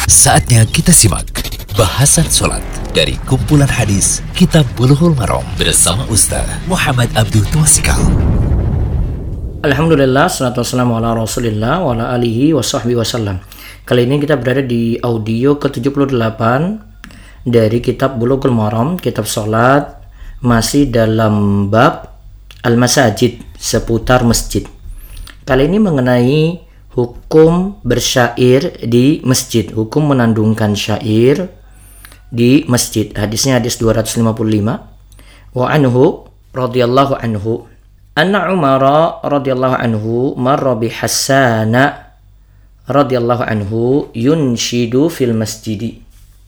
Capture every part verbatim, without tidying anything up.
Saatnya kita simak bahasan sholat dari kumpulan hadis Kitab Bulughul Maram bersama Ustaz Muhammad Abdul Twasikal. Alhamdulillah, salatu wassalamu ala rasulillah wa ala alihi wa sahbihi wasallam. Kali ini kita berada di audio ke tujuh puluh delapan dari Kitab Bulughul Maram, Kitab Sholat, masih dalam bab Al-Masajid, seputar masjid. Kali ini mengenai hukum bersyair di masjid, hukum menandungkan syair di masjid. Hadisnya hadis dua ratus lima puluh lima. Wa anhu radhiyallahu anhu anna Umar radhiyallahu anhu marra bi Hassan radhiyallahu anhu yunshidu fil masjidi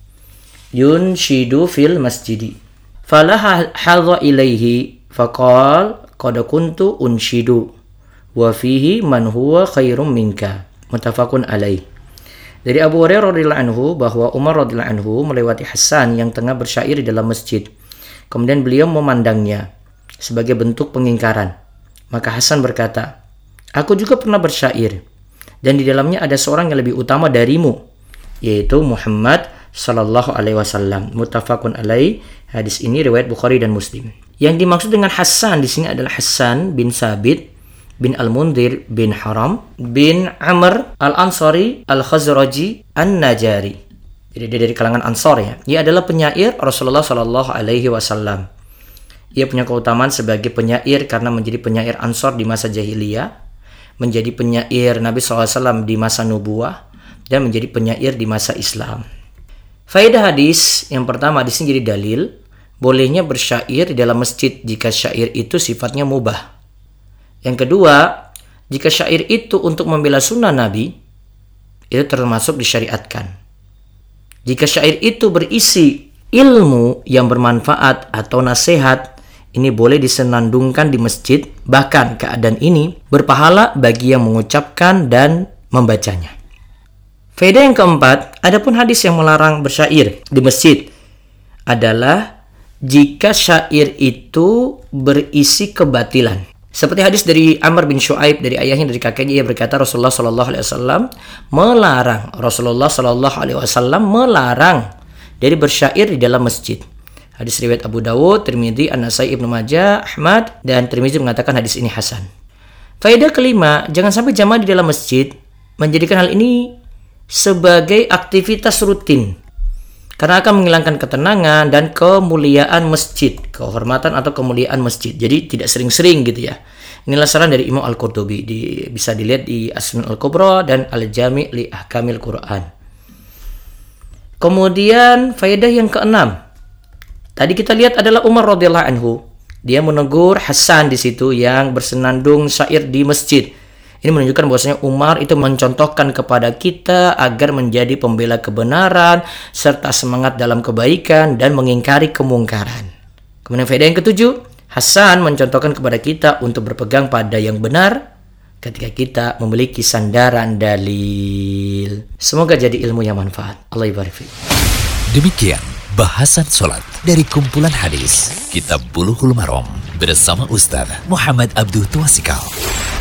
yunshidu fil masjidi falaha hadha ilaihi faqal qad kuntu unshidu wa fihi man huwa khairum minka, muttafaqun alaih. Dari Abu Hurairah radhiyallahu anhu bahwa Umar radhiyallahu anhu melewati Hasan yang tengah bersyair di dalam masjid. Kemudian beliau memandangnya sebagai bentuk pengingkaran. Maka Hasan berkata, "Aku juga pernah bersyair dan di dalamnya ada seorang yang lebih utama darimu, yaitu Muhammad sallallahu alaihi wasallam." Muttafaqun alaih. Hadis ini riwayat Bukhari dan Muslim. Yang dimaksud dengan Hasan di sini adalah Hasan bin Sabit bin Al-Mundhir bin Haram bin Amr Al-Ansari Al-Khazraji An-Najari. Jadi dia dari kalangan Ansar ya. Ia adalah penyair Rasulullah sallallahu alaihi wasallam. Ia punya keutamaan sebagai penyair karena menjadi penyair Ansar di masa jahiliyah, menjadi penyair Nabi sallallahu alaihi wasallam di masa nubuwah, dan menjadi penyair di masa Islam. Faedah hadis yang pertama, di sini jadi dalil bolehnya bersyair di dalam masjid jika syair itu sifatnya mubah. Yang kedua, jika syair itu untuk membela sunnah Nabi, itu termasuk disyariatkan. Jika syair itu berisi ilmu yang bermanfaat atau nasihat, ini boleh disenandungkan di masjid, bahkan keadaan ini berpahala bagi yang mengucapkan dan membacanya. Faedah yang keempat, adapun hadis yang melarang bersyair di masjid adalah jika syair itu berisi kebatilan. Seperti hadis dari Amr bin Shu'aib dari ayahnya dari kakeknya, ia berkata Rasulullah sallallahu alaihi wasallam melarang Rasulullah sallallahu alaihi wasallam melarang dari bersyair di dalam masjid. Hadis riwayat Abu Dawud, Tirmidzi, An-Nasai, Ibnu Majah, Ahmad, dan Tirmidzi mengatakan hadis ini hasan. Faedah kelima, jangan sampai jamaah di dalam masjid menjadikan hal ini sebagai aktivitas rutin, karena akan menghilangkan ketenangan dan kemuliaan masjid, kehormatan atau kemuliaan masjid. Jadi tidak sering-sering gitu ya. Inilah saran dari Imam Al-Qurtubi, di, bisa dilihat di As-Sunan Al-Kubra dan Al-Jami' li Ahkamil Quran. Kemudian faedah yang keenam, tadi kita lihat adalah Umar radhiyallahu anhu. Dia menegur Hasan di situ yang bersenandung syair di masjid. Ini menunjukkan bahwasanya Umar itu mencontohkan kepada kita agar menjadi pembela kebenaran serta semangat dalam kebaikan dan mengingkari kemungkaran. Kemudian faedah yang ketujuh, Hasan mencontohkan kepada kita untuk berpegang pada yang benar ketika kita memiliki sandaran dalil. Semoga jadi ilmu yang manfaat. Allah ibarik fiik. Demikian bahasan sholat dari kumpulan hadis Kitab Bulughul Maram bersama Ustaz Muhammad Abdul Twasikal.